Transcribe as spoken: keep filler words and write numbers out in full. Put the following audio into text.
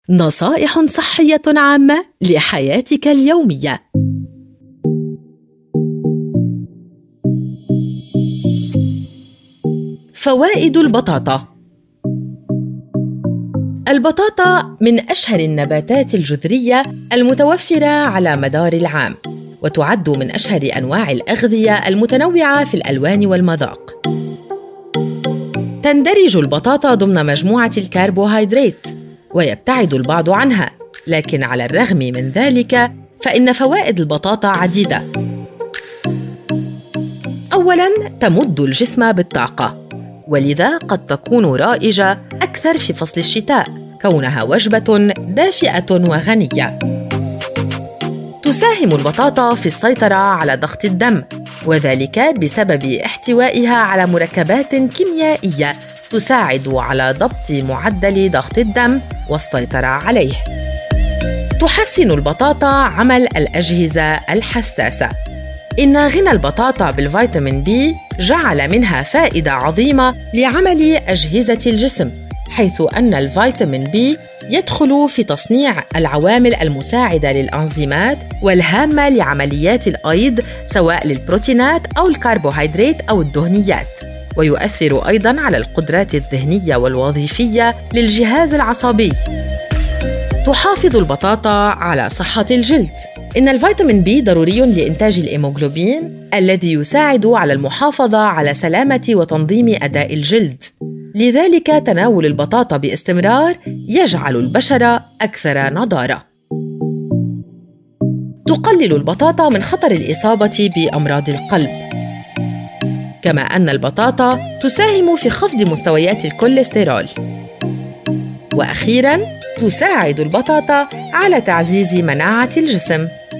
نصائح صحية عامة لحياتك اليومية. فوائد البطاطا. البطاطا من أشهر النباتات الجذرية المتوفرة على مدار العام، وتعد من أشهر أنواع الأغذية المتنوعة في الألوان والمذاق. تندرج البطاطا ضمن مجموعة الكربوهيدرات، ويبتعد البعض عنها، لكن على الرغم من ذلك فإن فوائد البطاطا عديدة. أولاً، تمد الجسم بالطاقة، ولذا قد تكون رائجة أكثر في فصل الشتاء كونها وجبة دافئة وغنية. تساهم البطاطا في السيطرة على ضغط الدم، وذلك بسبب احتوائها على مركبات كيميائية تساعد على ضبط معدل ضغط الدم والسيطرة عليه. تحسن البطاطا عمل الأجهزة الحساسة. إن غنى البطاطا بالفيتامين بي جعل منها فائدة عظيمة لعمل أجهزة الجسم، حيث أن الفيتامين بي يدخل في تصنيع العوامل المساعدة للأنزيمات والهامة لعمليات الأيض سواء للبروتينات أو الكربوهيدرات أو الدهنيات، ويؤثر أيضاً على القدرات الذهنية والوظيفية للجهاز العصبي. تحافظ البطاطا على صحة الجلد. إن الفيتامين بي ضروري لإنتاج الهيموغلوبين الذي يساعد على المحافظة على سلامة وتنظيم أداء الجلد. لذلك تناول البطاطا باستمرار يجعل البشرة أكثر نضارة. تقلل البطاطا من خطر الإصابة بأمراض القلب، كما أن البطاطا تساهم في خفض مستويات الكوليسترول. وأخيراً، تساعد البطاطا على تعزيز مناعة الجسم،